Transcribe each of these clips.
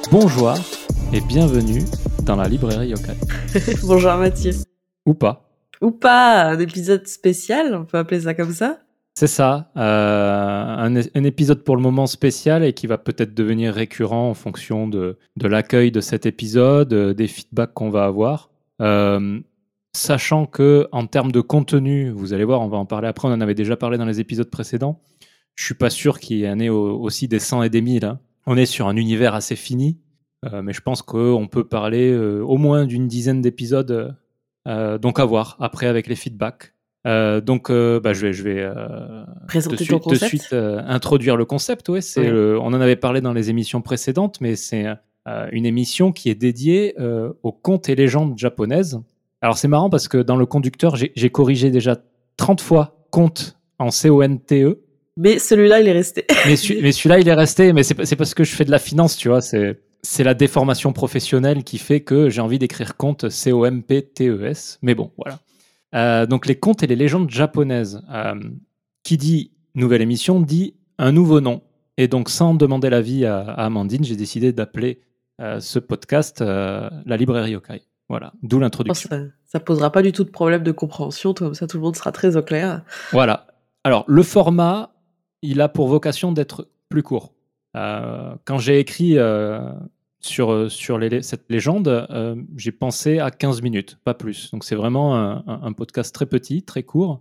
Bonjour et bienvenue dans la librairie Yokai. Bonjour Mathieu. Ou pas. Ou pas, un épisode spécial, on peut appeler ça comme ça. C'est ça, un épisode pour le moment spécial et qui va peut-être devenir récurrent en fonction de l'accueil de cet épisode, des feedbacks qu'on va avoir. Sachant que en termes de contenu, vous allez voir, on va en parler après, on en avait déjà parlé dans les épisodes précédents, je suis pas sûr qu'il y en ait aussi des 100 et des 1000. Hein. On est sur un univers assez fini, mais je pense qu'on peut parler au moins d'une dizaine d'épisodes, donc à voir après avec les feedbacks. Je vais présenter ton concept. De suite introduire le concept. Ouais, on en avait parlé dans les émissions précédentes, mais c'est une émission qui est dédiée aux contes et légendes japonaises. Alors c'est marrant parce que dans le conducteur, j'ai corrigé déjà 30 fois conte en C-O-N-T-E. Mais celui-là, il est resté. mais celui-là, il est resté. Mais c'est parce que je fais de la finance, tu vois. C'est la déformation professionnelle qui fait que j'ai envie d'écrire conte C-O-M-P-T-E-S. Mais bon, voilà. Donc les contes et les légendes japonaises. Qui dit nouvelle émission dit un nouveau nom. Et donc sans demander l'avis à Amandine, j'ai décidé d'appeler ce podcast la librairie Yokai. Voilà, d'où l'introduction. Ça posera pas du tout de problème de compréhension, comme ça tout le monde sera très au clair. Voilà. Alors le format, il a pour vocation d'être plus court. Quand j'ai écrit sur cette légende, j'ai pensé à 15 minutes, pas plus. Donc c'est vraiment un podcast très petit, très court,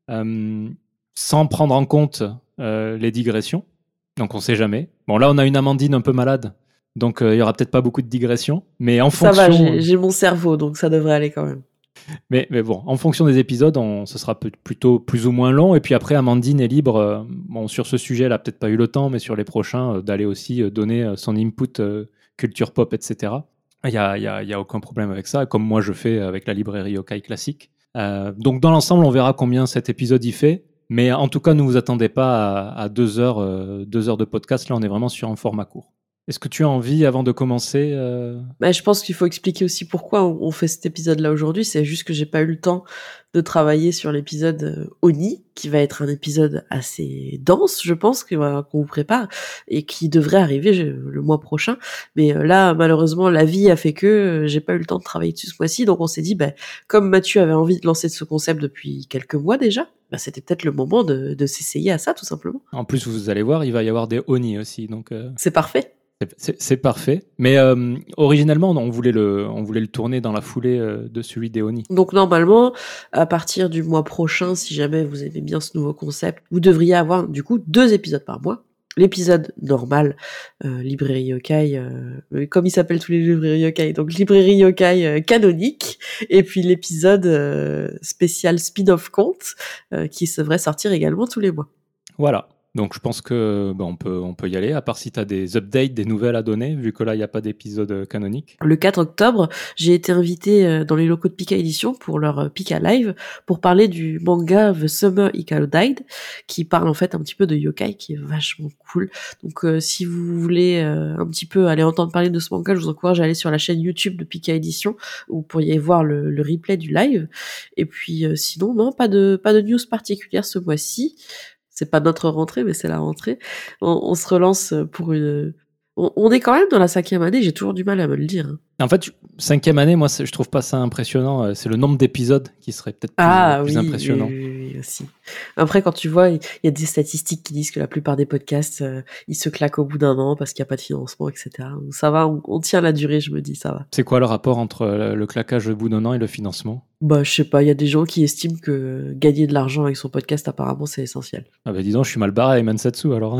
sans prendre en compte les digressions. Donc on ne sait jamais. Bon, là on a une Amandine un peu malade, donc il n'y aura peut-être pas beaucoup de digressions. Mais en fonction... Ça va, j'ai mon cerveau, donc ça devrait aller quand même. Mais bon, en fonction des épisodes, ce sera plutôt plus ou moins long. Et puis après, Amandine est libre. Sur ce sujet, elle n'a peut-être pas eu le temps, mais sur les prochains, d'aller aussi donner son input culture pop, etc. Il n'y a aucun problème avec ça, comme moi je fais avec la librairie Yokai classique. Donc dans l'ensemble, on verra combien cet épisode y fait. Mais en tout cas, ne vous attendez pas à 2 heures de podcast. Là, on est vraiment sur un format court. Est-ce que tu as envie, avant de commencer Je pense qu'il faut expliquer aussi pourquoi on fait cet épisode-là aujourd'hui. C'est juste que j'ai pas eu le temps de travailler sur l'épisode Oni, qui va être un épisode assez dense, je pense, qu'on vous prépare, et qui devrait arriver le mois prochain. Mais là, malheureusement, la vie a fait que j'ai pas eu le temps de travailler dessus ce mois-ci. Donc on s'est dit, comme Mathieu avait envie de lancer ce concept depuis quelques mois déjà, c'était peut-être le moment de s'essayer à ça, tout simplement. En plus, vous allez voir, il va y avoir des Oni aussi. Donc c'est parfait. C'est parfait, mais originellement on voulait le tourner dans la foulée de celui des Oni. Donc normalement, à partir du mois prochain, si jamais vous aimez bien ce nouveau concept, vous devriez avoir du coup 2 épisodes par mois. L'épisode normal, librairie Yokai, comme il s'appelle tous les librairies Yokai, donc librairie Yokai canonique, et puis l'épisode spécial spin-off conte qui devrait sortir également tous les mois. Voilà. Donc je pense que on peut y aller, à part si tu as des updates, des nouvelles à donner, vu que là, il n'y a pas d'épisode canonique. Le 4 octobre, j'ai été invité dans les locaux de Pika Édition pour leur Pika Live pour parler du manga The Summer Hikaru Died, qui parle en fait un petit peu de yokai, qui est vachement cool. Donc si vous voulez un petit peu aller entendre parler de ce manga, je vous encourage à aller sur la chaîne YouTube de Pika Édition, où vous pourriez voir le replay du live. Et puis sinon, non, pas de news particulière ce mois-ci. C'est pas notre rentrée, mais c'est la rentrée. On se relance pour une... On est quand même dans la 5e année, j'ai toujours du mal à me le dire. En fait, 5e année, moi, je trouve pas ça impressionnant. C'est le nombre d'épisodes qui serait peut-être plus impressionnant. Oui, aussi. Après, quand tu vois, il y a des statistiques qui disent que la plupart des podcasts, ils se claquent au bout d'un an parce qu'il n'y a pas de financement, etc. Donc ça va, on tient la durée, je me dis, ça va. C'est quoi le rapport entre le claquage au bout d'un an et le financement ? Je sais pas, il y a des gens qui estiment que gagner de l'argent avec son podcast, apparemment, c'est essentiel. Ah dis donc, je suis mal barré avec Mansatsu, alors.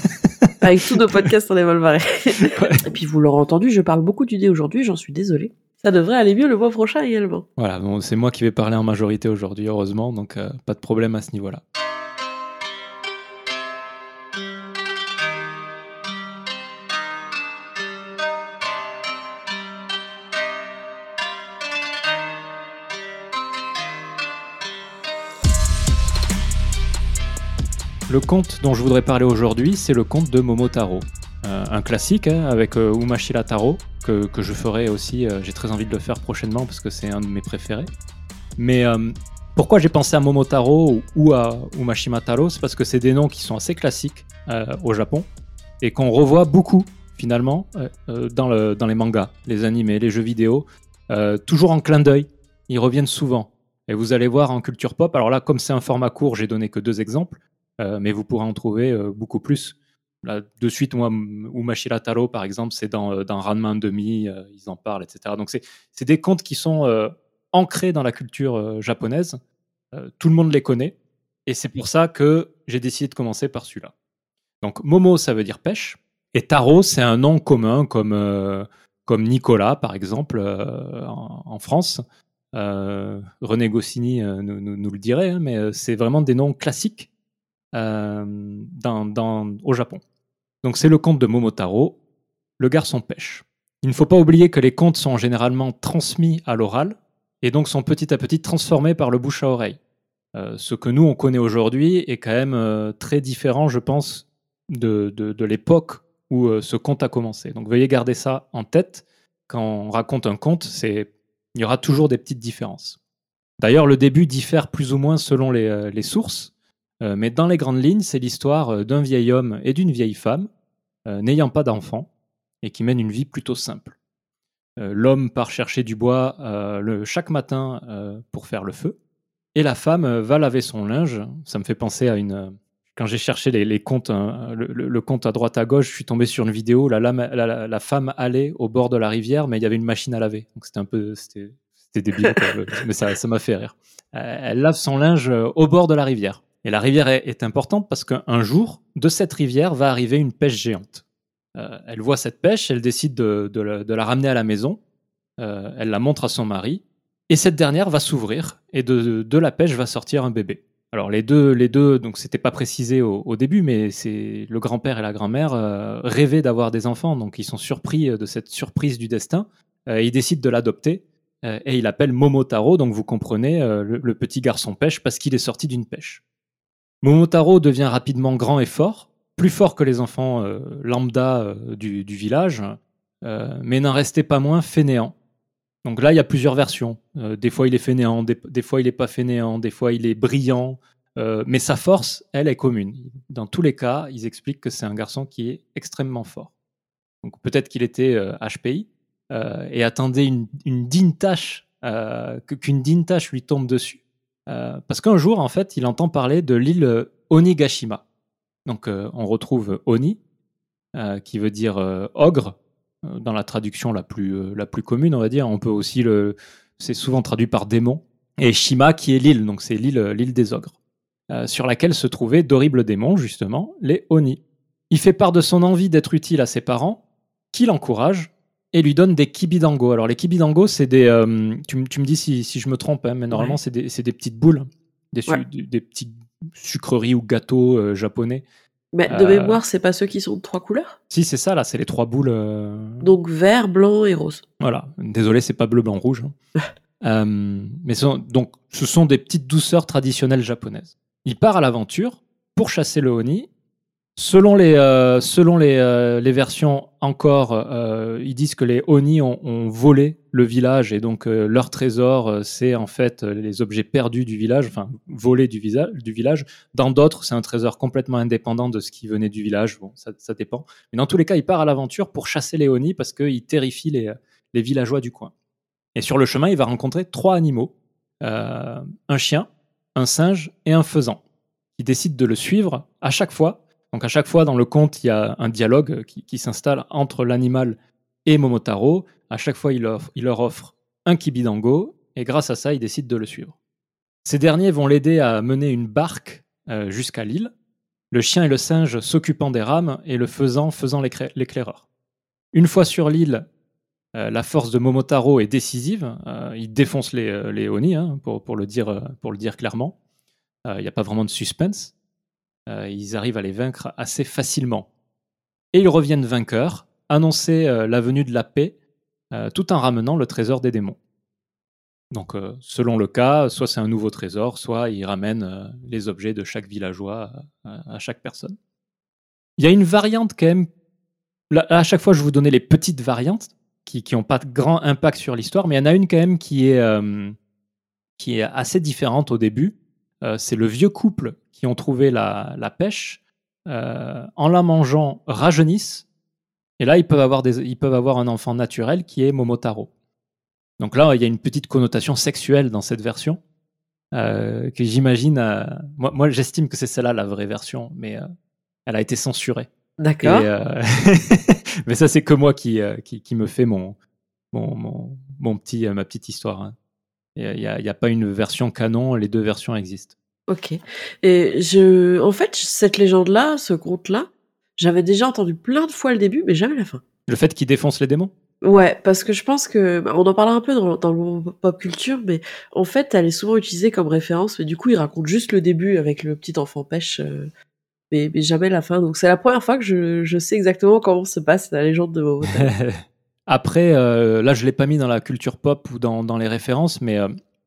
Avec tous nos podcasts, on est mal barrés. Ouais. Et puis, vous l'aurez entendu, je parle beaucoup du dé aujourd'hui, j'en suis désolée. Ça devrait aller mieux le mois prochain également. Voilà, bon, c'est moi qui vais parler en majorité aujourd'hui, heureusement, donc pas de problème à ce niveau-là. Le conte dont je voudrais parler aujourd'hui, c'est le conte de Momotaro. Un classique avec Umashira Taro, que je ferai aussi, j'ai très envie de le faire prochainement parce que c'est un de mes préférés. Mais pourquoi j'ai pensé à Momotaro ou à Umashima Taro, c'est parce que c'est des noms qui sont assez classiques au Japon et qu'on revoit beaucoup finalement, dans les mangas, les animés, les jeux vidéo, toujours en clin d'œil. Ils reviennent souvent. Et vous allez voir en culture pop, alors là, comme c'est un format court, j'ai donné que 2 exemples, mais vous pourrez en trouver beaucoup plus. Là, de suite, moi, Umashira Taro, par exemple, c'est dans Ranma 1/2, ils en parlent, etc. Donc, c'est des contes qui sont ancrés dans la culture japonaise. Tout le monde les connaît. Et c'est pour ça que j'ai décidé de commencer par celui-là. Donc, Momo, ça veut dire pêche. Et Taro, c'est un nom commun, comme Nicolas, par exemple, en France. René Goscinny nous le dirait, hein, mais c'est vraiment des noms classiques au Japon. Donc c'est le conte de Momotaro, le garçon pêche. Il ne faut pas oublier que les contes sont généralement transmis à l'oral et donc sont petit à petit transformés par le bouche à oreille. Ce que nous on connaît aujourd'hui est quand même très différent, je pense, de l'époque où ce conte a commencé. Donc veuillez garder ça en tête. Quand on raconte un conte, il y aura toujours des petites différences. D'ailleurs, le début diffère plus ou moins selon les sources, mais dans les grandes lignes, c'est l'histoire d'un vieil homme et d'une vieille femme n'ayant pas d'enfants et qui mènent une vie plutôt simple. L'homme part chercher du bois chaque matin pour faire le feu, et la femme va laver son linge. Ça me fait penser à quand j'ai cherché les contes, le conte à droite à gauche, je suis tombé sur une vidéo. La femme allait au bord de la rivière, mais il y avait une machine à laver. Donc c'était débile, quoi, mais ça m'a fait rire. Elle lave son linge au bord de la rivière. Et la rivière est importante parce qu'un jour, de cette rivière va arriver une pêche géante. Elle voit cette pêche, elle décide de la ramener à la maison. Elle la montre à son mari. Et cette dernière va s'ouvrir et de la pêche va sortir un bébé. Alors les deux, donc c'était pas précisé au début, mais c'est le grand-père et la grand-mère rêvaient d'avoir des enfants, donc ils sont surpris de cette surprise du destin. Ils décident de l'adopter et il l'appelle Momotaro, donc vous comprenez le petit garçon pêche parce qu'il est sorti d'une pêche. Momotaro devient rapidement grand et fort, plus fort que les enfants lambda du village, mais n'en restait pas moins fainéant. Donc là, il y a plusieurs versions. Des fois, il est fainéant, des fois, il n'est pas fainéant, des fois, il est brillant. Mais sa force, elle, est commune. Dans tous les cas, ils expliquent que c'est un garçon qui est extrêmement fort. Donc peut-être qu'il était HPI et attendait une digne tâche, qu'une digne tâche lui tombe dessus. Parce qu'un jour, en fait, il entend parler de l'île Onigashima. Donc on retrouve Oni, qui veut dire ogre, dans la traduction la plus commune, on va dire. On peut aussi c'est souvent traduit par démon. Et Shima, qui est l'île, donc c'est l'île des ogres, sur laquelle se trouvaient d'horribles démons, justement, les Oni. Il fait part de son envie d'être utile à ses parents, qui l'encouragent et lui donnent des kibidango. Alors les kibidango, c'est des... tu me dis si je me trompe, hein, mais normalement, c'est des petites boules, des petites sucreries ou gâteaux japonais. Mais de mémoire, c'est pas ceux qui sont de 3 couleurs? Si, c'est ça, là, c'est les 3 boules. Donc vert, blanc et rose. Voilà, désolé, c'est pas bleu, blanc, rouge. Mais donc, ce sont des petites douceurs traditionnelles japonaises. Il part à l'aventure pour chasser le Oni. Selon les versions encore, ils disent que les Oni ont volé le village et donc leur trésor, c'est en fait les objets perdus du village, enfin volés du village. Dans d'autres, c'est un trésor complètement indépendant de ce qui venait du village. Bon, ça dépend. Mais dans tous les cas, il part à l'aventure pour chasser les Oni parce qu'il terrifie les villageois du coin. Et sur le chemin, il va rencontrer 3 animaux, un chien, un singe et un faisan. Il décide de le suivre à chaque fois. Donc à chaque fois dans le conte, il y a un dialogue qui s'installe entre l'animal et Momotaro. À chaque fois, il leur offre un kibidango et grâce à ça, il décide de le suivre. Ces derniers vont l'aider à mener une barque jusqu'à l'île, le chien et le singe s'occupant des rames et le faisan faisant l'éclaireur. Une fois sur l'île, la force de Momotaro est décisive. Il défonce les Oni, hein, pour le dire clairement. Il n'y a pas vraiment de suspense. Ils arrivent à les vaincre assez facilement. Et ils reviennent vainqueurs, annoncer la venue de la paix, tout en ramenant le trésor des démons. Donc, selon le cas, soit c'est un nouveau trésor, soit ils ramènent les objets de chaque villageois à chaque personne. Il y a une variante quand même. Là, à chaque fois, je vous donnais les petites variantes qui n'ont pas de grand impact sur l'histoire, mais il y en a une quand même qui est assez différente au début. C'est le vieux couple qui ont trouvé la pêche, en la mangeant rajeunissent Et là, ils peuvent avoir un enfant naturel qui est Momotaro. Donc là, il y a une petite connotation sexuelle dans cette version que j'imagine. Moi, j'estime que c'est celle-là la vraie version, mais elle a été censurée. D'accord. Mais ça, c'est que moi qui me fait ma petite histoire. Hein. Il n'y a pas une version canon, les deux versions existent. Ok. Et en fait, cette légende-là, ce conte-là, j'avais déjà entendu plein de fois le début, mais jamais la fin. Le fait qu'il défonce les démons? Ouais, parce que je pense que on en parlera un peu dans le pop culture, mais en fait, elle est souvent utilisée comme référence. Mais du coup, il raconte juste le début avec le petit enfant pêche, mais jamais la fin. Donc, c'est la première fois que je sais exactement comment se passe la légende de Momotaro. Après, là, je l'ai pas mis dans la culture pop ou dans les références, mais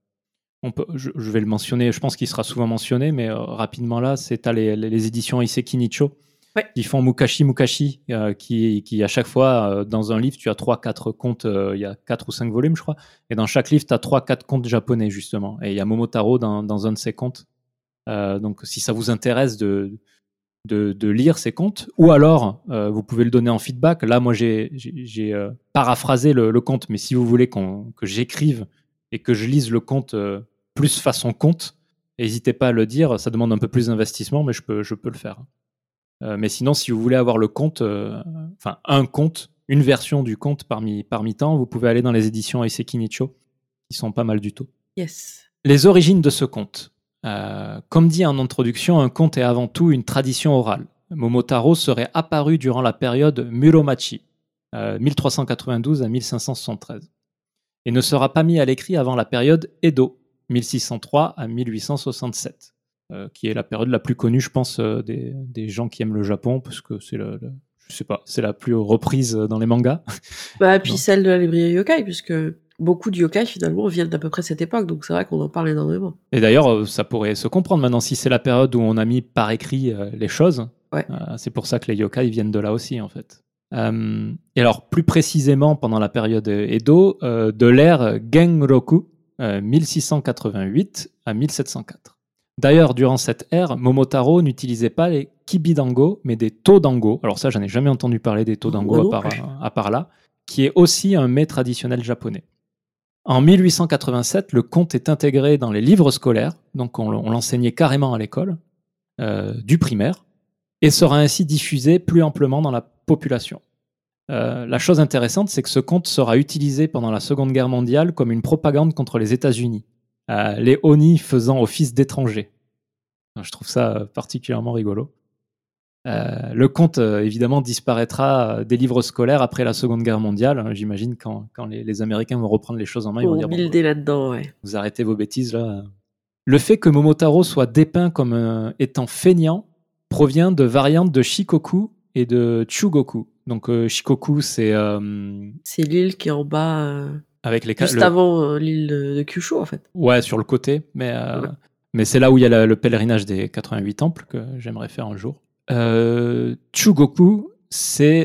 je vais le mentionner. Je pense qu'il sera souvent mentionné, mais rapidement là, t'as les éditions Iseki Nicho. Ouais. Qui font Mukashi Mukashi, qui à chaque fois, dans un livre, tu as 3-4 contes, il y a 4 ou 5 volumes, je crois, et dans chaque livre, tu as 3-4 contes japonais, justement, et il y a Momotaro dans un de ces contes. Donc, si ça vous intéresse de lire ces contes, ou alors, vous pouvez le donner en feedback. Là, moi, j'ai paraphrasé le conte, mais si vous voulez que j'écrive et que je lise le conte plus façon conte, n'hésitez pas à le dire, ça demande un peu plus d'investissement, mais je peux le faire. Mais sinon, si vous voulez avoir le conte, un conte, une version du conte parmi tant, vous pouvez aller dans les éditions Iseki Nicho, qui sont pas mal du tout. Yes. Les origines de ce conte. Comme dit en introduction, un conte est avant tout une tradition orale. Momotaro serait apparu durant la période Muromachi, 1392 à 1573, et ne sera pas mis à l'écrit avant la période Edo, 1603 à 1867. Qui est la période la plus connue, je pense, des gens qui aiment le Japon, parce que c'est je sais pas, c'est la plus reprise dans les mangas. Bah, puis celle de la librairie yokai, puisque beaucoup de yokai, finalement, viennent d'à peu près cette époque, donc c'est vrai qu'on en parle énormément. Et d'ailleurs, ça pourrait se comprendre maintenant, si c'est la période où on a mis par écrit les choses, ouais. C'est pour ça que les yokai viennent de là aussi, en fait. Et alors, plus précisément, pendant la période Edo, de l'ère Genroku, 1688 à 1704. D'ailleurs, durant cette ère, Momotaro n'utilisait pas les kibidango, mais des todango. Alors ça, j'en ai jamais entendu parler des todango à part là, qui est aussi un mets traditionnel japonais. En 1887, le conte est intégré dans les livres scolaires, donc on l'enseignait carrément à l'école, du primaire, et sera ainsi diffusé plus amplement dans la population. La chose intéressante, c'est que ce conte sera utilisé pendant la Seconde Guerre mondiale comme une propagande contre les États-Unis. Les Oni faisant office d'étrangers. Je trouve ça particulièrement rigolo. Le conte, évidemment, disparaîtra des livres scolaires après la Seconde Guerre mondiale. J'imagine quand les Américains vont reprendre les choses en main, ils vont dire builder là-dedans, ouais. Vous arrêtez vos bêtises là. Le fait que Momotaro soit dépeint comme étant feignant provient de variantes de Shikoku et de Chugoku. Donc Shikoku, c'est l'île qui est en bas. Avec les juste avant l'île de Kyushu, en fait. Ouais, sur le côté, mais c'est là où il y a le pèlerinage des 88 temples que j'aimerais faire un jour. Chugoku, c'est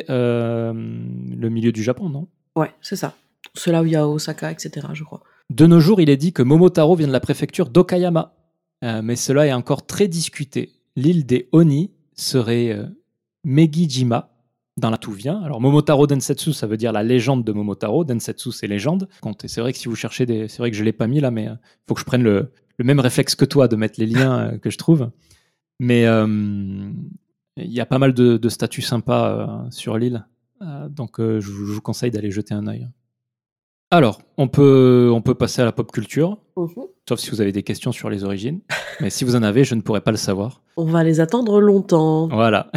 le milieu du Japon, non? Ouais, c'est ça. C'est là où il y a Osaka, etc., je crois. De nos jours, il est dit que Momotaro vient de la préfecture d'Okayama, mais cela est encore très discuté. L'île des Oni serait Megijima, dans la tout vient. Alors Momotaro Densetsu, ça veut dire la légende de Momotaro. Densetsu, c'est légende. Et c'est vrai que si vous cherchez c'est vrai que je l'ai pas mis là, mais il faut que je prenne le même réflexe que toi de mettre les liens que je trouve. Mais il y a pas mal de statues sympas sur l'île, donc je vous conseille d'aller jeter un œil. Alors, on peut passer à la pop culture, sauf si vous avez des questions sur les origines. Mais si vous en avez, je ne pourrais pas le savoir. On va les attendre longtemps. Voilà.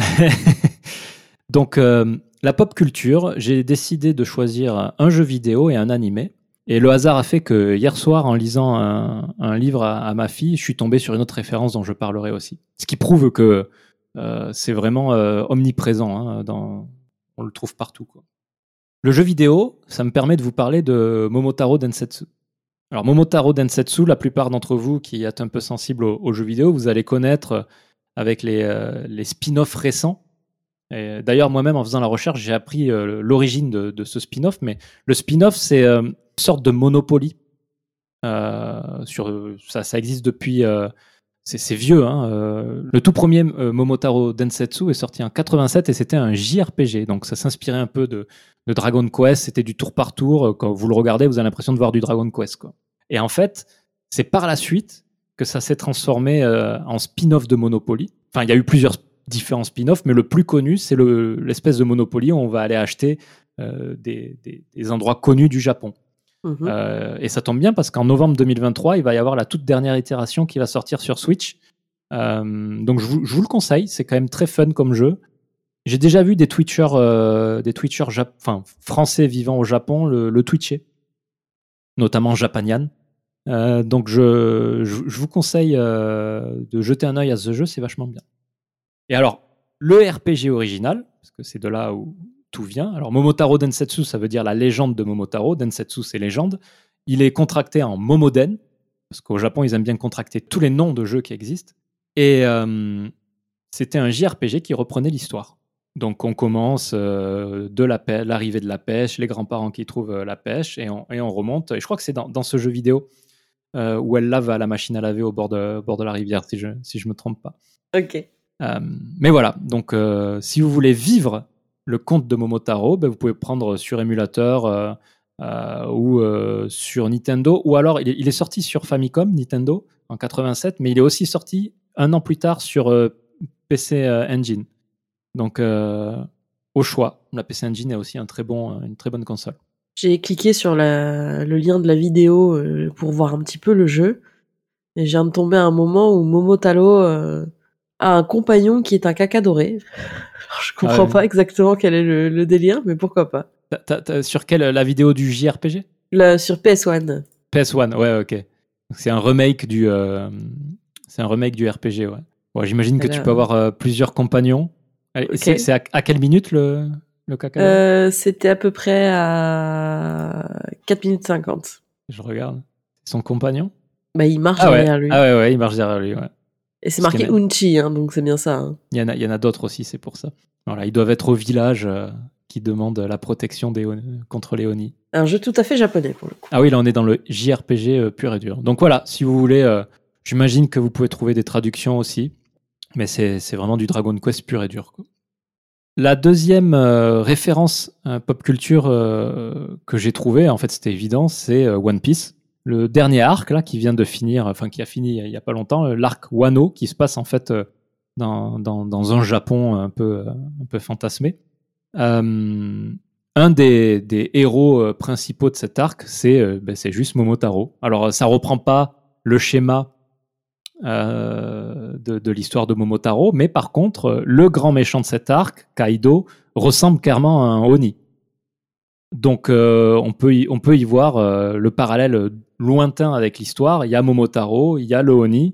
Donc, la pop culture, j'ai décidé de choisir un jeu vidéo et un animé. Et le hasard a fait que hier soir, en lisant un livre à ma fille, je suis tombé sur une autre référence dont je parlerai aussi. Ce qui prouve que c'est vraiment omniprésent. Hein, on le trouve partout, quoi. Le jeu vidéo, ça me permet de vous parler de Momotaro Densetsu. Alors, Momotaro Densetsu, la plupart d'entre vous qui êtes un peu sensibles aux jeux vidéo, vous allez connaître avec les spin-offs récents. Et d'ailleurs, moi-même, en faisant la recherche, j'ai appris l'origine de ce spin-off. Mais le spin-off, c'est une sorte de Monopoly. Ça existe depuis c'est vieux. Le tout premier Momotaro Densetsu est sorti en 87 et c'était un JRPG. Donc ça s'inspirait un peu de Dragon Quest. C'était du tour par tour. Quand vous le regardez, vous avez l'impression de voir du Dragon Quest, quoi. Et en fait, c'est par la suite que ça s'est transformé en spin-off de Monopoly. Enfin, il y a eu plusieurs différents spin-offs, mais le plus connu, c'est l'espèce de Monopoly où on va aller acheter des endroits connus du Japon. Et ça tombe bien parce qu'en novembre 2023, il va y avoir la toute dernière itération qui va sortir sur Switch. Donc je vous le conseille, c'est quand même très fun comme jeu. J'ai déjà vu des Twitchers français vivant au Japon le Twitcher, notamment Japanian. Donc je vous conseille de jeter un œil à ce jeu, c'est vachement bien. Et alors, le RPG original, parce que c'est de là où tout vient. Alors, Momotaro Densetsu, ça veut dire la légende de Momotaro. Densetsu, c'est légende. Il est contracté en Momoden, parce qu'au Japon, ils aiment bien contracter tous les noms de jeux qui existent. Et c'était un JRPG qui reprenait l'histoire. Donc, on commence de l'arrivée de la pêche, les grands-parents qui trouvent la pêche, et on remonte. Et je crois que c'est dans ce jeu vidéo où elle lave à la machine à laver au bord de la rivière, si je me trompe pas. Ok. Mais voilà, donc si vous voulez vivre le conte de Momotaro, vous pouvez prendre sur émulateur ou sur Nintendo, ou alors il est sorti sur Famicom, Nintendo, en 87, mais il est aussi sorti un an plus tard sur PC Engine. Donc au choix, la PC Engine est aussi une très bonne console. J'ai cliqué sur le lien de la vidéo pour voir un petit peu le jeu, et je viens de tomber à un moment où Momotaro a un compagnon qui est un caca doré. Alors, je comprends pas exactement quel est le délire, mais pourquoi pas. Sur quelle la vidéo du JRPG ? Sur PS1. PS1, ouais, ok. Donc, c'est un remake du RPG, ouais. Bon, j'imagine que tu peux avoir plusieurs compagnons. Okay. C'est à quelle minute le caca ? C'était à peu près à 4 minutes 50. Je regarde. Son compagnon ? Il marche derrière lui. Ah ouais, il marche derrière lui, ouais. Et c'est marqué Unchi, donc c'est bien ça. Hein. Il y en a d'autres aussi, c'est pour ça. Voilà, ils doivent être au village qui demande la protection contre les Oni. Un jeu tout à fait japonais, pour le coup. Ah oui, là, on est dans le JRPG pur et dur. Donc voilà, si vous voulez, j'imagine que vous pouvez trouver des traductions aussi, mais c'est vraiment du Dragon Quest pur et dur, quoi. La deuxième référence pop culture que j'ai trouvée, en fait, c'était évident, c'est One Piece. Le dernier arc là qui vient de finir, enfin qui a fini il y a pas longtemps, l'arc Wano qui se passe en fait dans un Japon un peu fantasmé. Un des héros principaux de cet arc, c'est juste Momotaro. Alors ça reprend pas le schéma de l'histoire de Momotaro, mais par contre le grand méchant de cet arc, Kaido, ressemble clairement à un Oni. Donc on peut y voir le parallèle lointain avec l'histoire. Il y a Momotaro, il y a le Oni.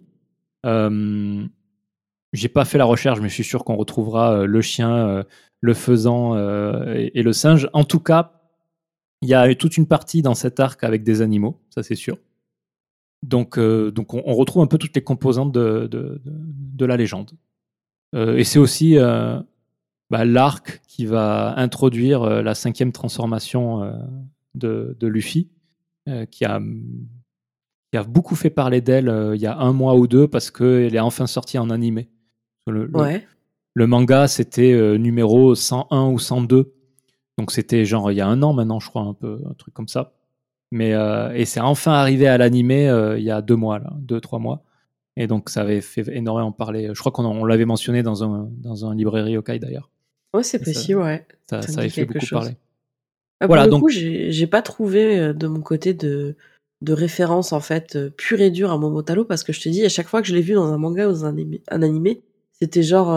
J'ai pas fait la recherche, mais je suis sûr qu'on retrouvera le chien, le faisan et le singe. En tout cas, il y a toute une partie dans cet arc avec des animaux, ça c'est sûr. Donc on retrouve un peu toutes les composantes de la légende. Et c'est aussi l'arc qui va introduire la 5e transformation de Luffy, qui a beaucoup fait parler d'elle il y a 1 mois ou 2 parce qu'elle est enfin sortie en animé. Le manga, c'était numéro 101 ou 102. Donc c'était genre il y a 1 an maintenant, je crois, un truc comme ça. Mais et c'est enfin arrivé à l'animé il y a 2 mois, 2-3 mois. Et donc ça avait fait énormément parler. Je crois qu'on l'avait mentionné dans un librairie yokai d'ailleurs. Ouais, c'est possible, ouais. Ça avait fait beaucoup parler. Voilà, pour le coup, j'ai pas trouvé de mon côté de référence en fait pure et dure à Momotaro, parce que je te dis, à chaque fois que je l'ai vu dans un manga ou dans un animé, c'était genre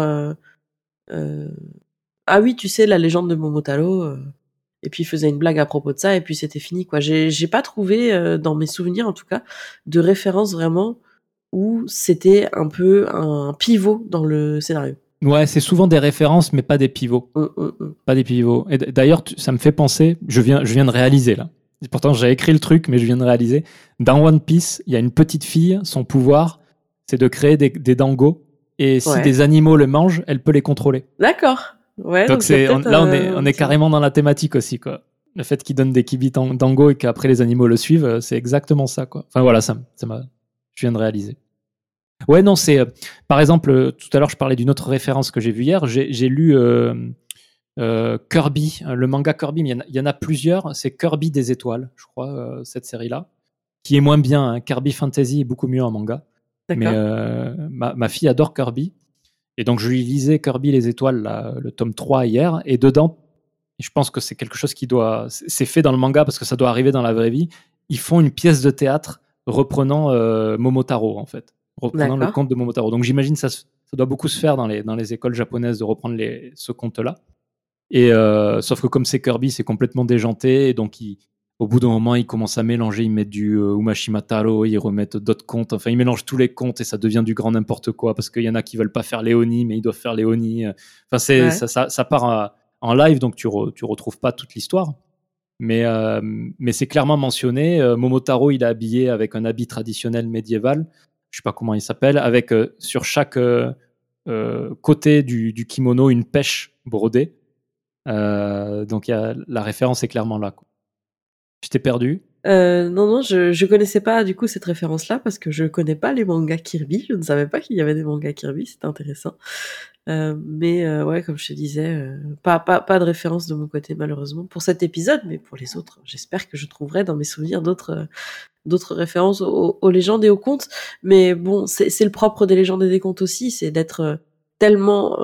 ah oui, tu sais, la légende de Momotaro, et puis il faisait une blague à propos de ça, et puis c'était fini, quoi. J'ai pas trouvé dans mes souvenirs en tout cas de référence vraiment où c'était un peu un pivot dans le scénario. Ouais, c'est souvent des références, mais pas des pivots. Pas des pivots. Et d'ailleurs, ça me fait penser, je viens de réaliser là. Et pourtant, j'ai écrit le truc, mais je viens de réaliser. Dans One Piece, il y a une petite fille, son pouvoir, c'est de créer des dangos. Et si des animaux le mangent, elle peut les contrôler. D'accord. Ouais, donc on est carrément dans la thématique aussi, quoi. Le fait qu'il donne des kibis dango et qu'après les animaux le suivent, c'est exactement ça, quoi. Enfin voilà, je viens de réaliser. Ouais, non, c'est par exemple, tout à l'heure, je parlais d'une autre référence que j'ai vue hier. J'ai lu Kirby, le manga Kirby, mais il y en a plusieurs. C'est Kirby des étoiles, je crois, cette série-là, qui est moins bien, hein. Kirby Fantasy est beaucoup mieux en manga. Mais D'accord. ma fille adore Kirby. Et donc, je lui lisais Kirby les étoiles, là, le tome 3 hier. Et dedans, je pense que c'est quelque chose qui doit. C'est fait dans le manga parce que ça doit arriver dans la vraie vie. Ils font une pièce de théâtre reprenant Momotaro, en fait. Reprenant le D'accord. conte de Momotaro. Donc, j'imagine que ça doit beaucoup se faire dans les écoles japonaises de reprendre ce conte-là. Et sauf que comme c'est Kirby, c'est complètement déjanté. Et donc, au bout d'un moment, ils commencent à mélanger. Ils mettent du Umashimataro, ils remettent d'autres contes. Enfin, ils mélangent tous les contes et ça devient du grand n'importe quoi parce qu'il y en a qui veulent pas faire les Oni, mais ils doivent faire les Oni. Enfin, Ouais. ça part en live, donc tu retrouves pas toute l'histoire. Mais c'est clairement mentionné. Momotaro, il est habillé avec un habit traditionnel médiéval. Je sais pas comment il s'appelle. Avec sur chaque côté du kimono une pêche brodée. Donc la référence est clairement là, quoi. Je t'ai perdu. Non, je connaissais pas du coup cette référence-là parce que je connais pas les mangas Kirby. Je ne savais pas qu'il y avait des mangas Kirby, c'était intéressant. Mais ouais, comme je te disais, pas de référence de mon côté malheureusement pour cet épisode, mais pour les autres, j'espère que je trouverai dans mes souvenirs d'autres références aux légendes et aux contes. Mais bon, c'est le propre des légendes et des contes aussi, c'est d'être tellement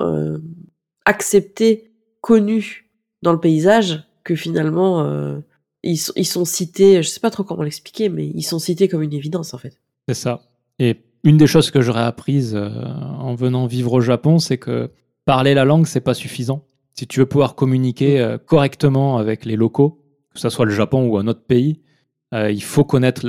accepté, connu dans le paysage que finalement ils sont cités, je sais pas trop comment l'expliquer, mais ils sont cités comme une évidence en fait. C'est ça. Et une des choses que j'aurais apprises en venant vivre au Japon, c'est que parler la langue, c'est pas suffisant. Si tu veux pouvoir communiquer correctement avec les locaux, que ce soit le Japon ou un autre pays, il faut connaître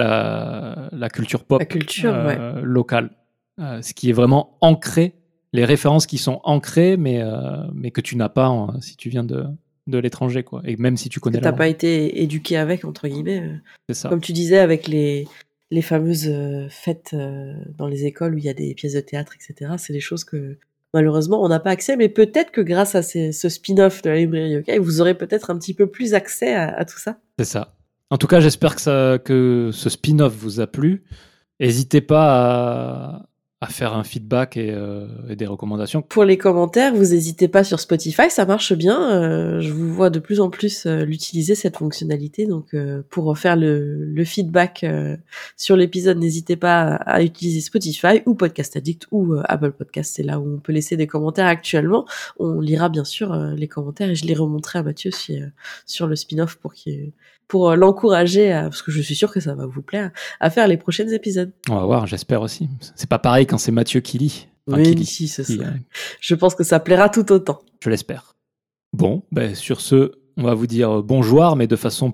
la culture La pop culture, ouais. locale. Ce qui est vraiment ancré, les références qui sont ancrées, mais que tu n'as pas si tu viens de l'étranger, quoi. Et même si tu Que connais la t'as pas langue. été éduqué avec, entre guillemets. C'est ça. Comme tu disais, avec les fameuses fêtes dans les écoles où il y a des pièces de théâtre, etc. C'est des choses que malheureusement on n'a pas accès, mais peut-être que grâce à ce spin-off de la librairie Yokai, vous aurez peut-être un petit peu plus accès à tout ça. C'est ça. En tout cas, j'espère que ce spin-off vous a plu. N'hésitez pas à faire un feedback et des recommandations. Pour les commentaires, vous n'hésitez pas sur Spotify, ça marche bien. Je vous vois de plus en plus l'utiliser cette fonctionnalité. Donc pour faire le feedback sur l'épisode, n'hésitez pas à utiliser Spotify ou Podcast Addict ou Apple Podcast. C'est là où on peut laisser des commentaires actuellement. On lira bien sûr les commentaires et je les remonterai à Mathieu sur le spin-off pour l'encourager, parce que je suis sûre que ça va vous plaire, à faire les prochains épisodes. On va voir, j'espère aussi. C'est pas pareil quand c'est Mathieu qui lit. Enfin, qui Oui, lit. si, je pense que ça plaira tout autant. Je l'espère. Bon, ben, sur ce, on va vous dire bonjour, mais de façon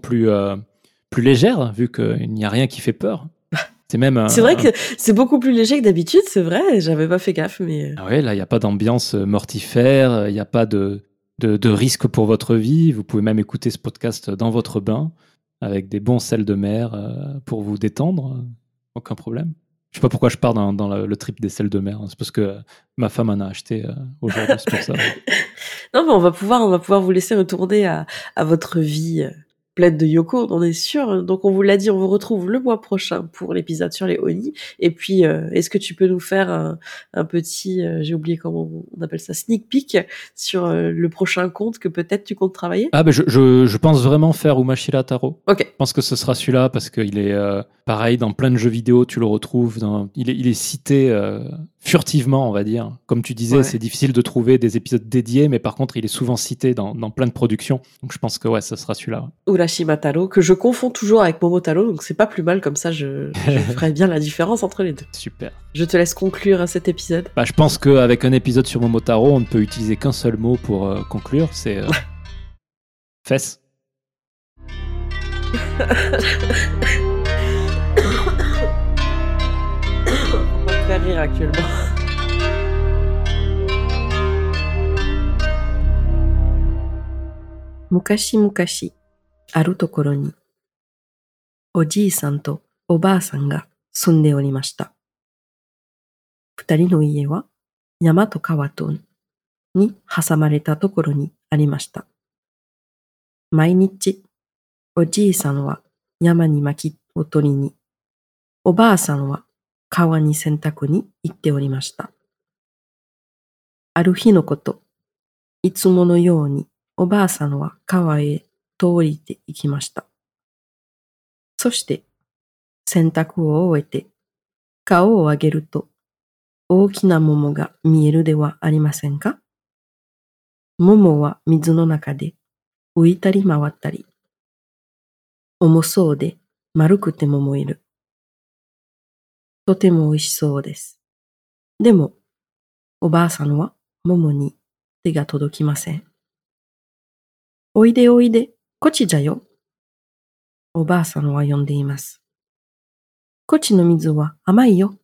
plus légère, vu qu'il n'y a rien qui fait peur. C'est même C'est vrai que c'est beaucoup plus léger que d'habitude, c'est vrai, j'avais pas fait gaffe, mais... Ah ouais, là, il n'y a pas d'ambiance mortifère, il n'y a pas de risque pour votre vie. Vous pouvez même écouter ce podcast dans votre bain, avec des bons sels de mer pour vous détendre. Aucun problème. Je sais pas pourquoi je pars dans le trip des sels de mer. C'est parce que ma femme en a acheté aujourd'hui, c'est pour ça. Non, mais on va pouvoir vous laisser retourner à votre vie pleine de Yoko, on est sûr. Donc on vous l'a dit, on vous retrouve le mois prochain pour l'épisode sur les Oni. Et puis, est-ce que tu peux nous faire un petit, j'ai oublié comment on appelle ça, sneak peek sur le prochain conte que peut-être tu comptes travailler? Ah, ben je pense vraiment faire Umashira Taro. Ok. Je pense que ce sera celui-là parce qu'il est pareil dans plein de jeux vidéo, tu le retrouves. Il est cité furtivement, on va dire. Comme tu disais, Ouais. c'est difficile de trouver des épisodes dédiés, mais par contre, il est souvent cité dans plein de productions. Donc je pense que ouais, ce sera celui-là. Urashima Taro, que je confonds toujours avec Momotaro, donc c'est pas plus mal, comme ça je ferai bien la différence entre les deux. Super. Je te laisse conclure à cet épisode. Bah, je pense qu'avec un épisode sur Momotaro, on ne peut utiliser qu'un seul mot pour conclure, c'est fesses. On va me faire rire actuellement. Mukashi mukashi, aru tokoro ni, oji-san to oba-san ga sunde orimashita. 二人の家は山と川とに挟まれたところにありました。毎日、おじいさんは山に薪を取りに、おばあさんは川に洗濯に行っておりました。ある日のこと、いつものようにおばあさんは川へ通りて行きました。そして洗濯を終えて顔を上げると大きな桃が見えるではありませんか。桃は水の中で浮いたり回ったり、重そうで丸くても燃える。とても美味しそうです。でも、おばあさんは桃に手が届きません。おいでおいで、こっちじゃよ。おばあさんは呼んでいます。こっちの水は甘いよ。